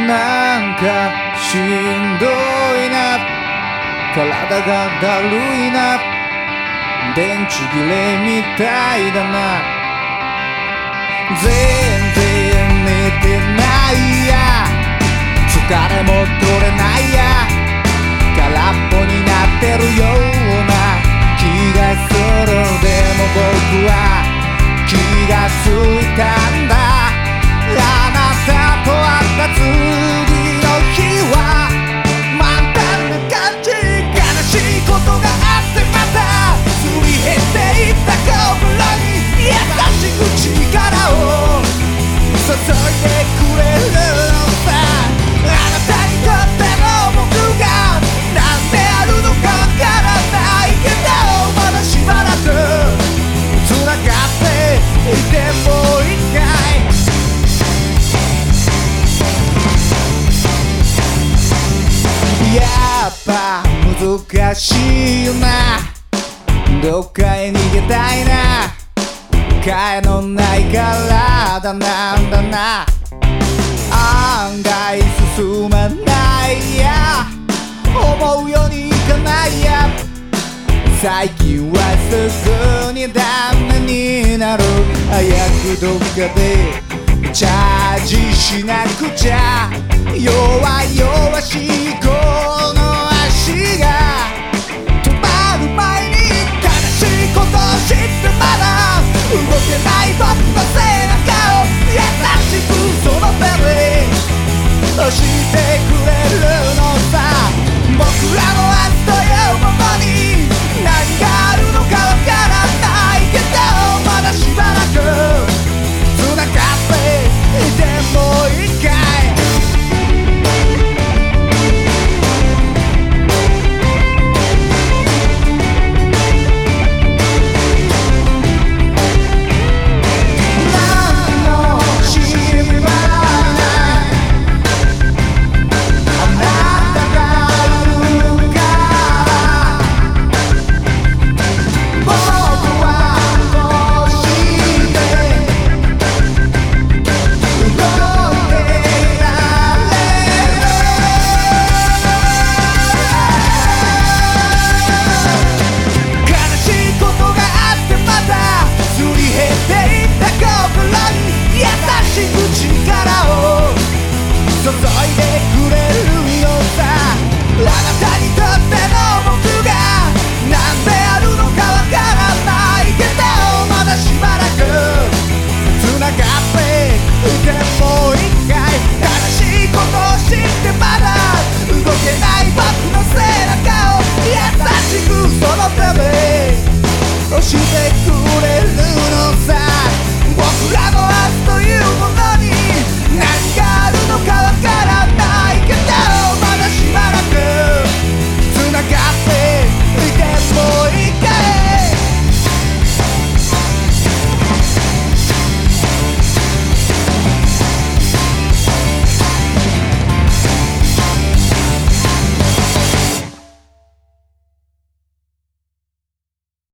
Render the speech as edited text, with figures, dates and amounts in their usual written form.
なんかしんどいな、体がだるいな、電池切れみたいだな、全然寝てないや、疲れも取れないや、空っぽになってるような気がする。でも僕は気がついたんだ、あなたと会った次の日は満タンな感じ、悲しいことがあってまたすり減っていった心に優しく力を注いでくれるのさ。あなたにとっての僕がなんであるのかわからないけど、まだしばらく繋がっていてもいいかい。やっぱ難しいよな、どっかへ逃げたいな、替えのない体なんだな、案外進まないや、思うようにいかないや、最近はすぐにダメになる、早くどっかでチャージしなくちゃ、弱々しいこの足が止まる前に、悲しいことを知ってまだ動けない僕の背中を優しくその手で押してくれるのさ。僕らの明日というものに何があるのかわからないけど、まだしばらく繋がっていてもいいかい。注いでくれるのさ。あなたに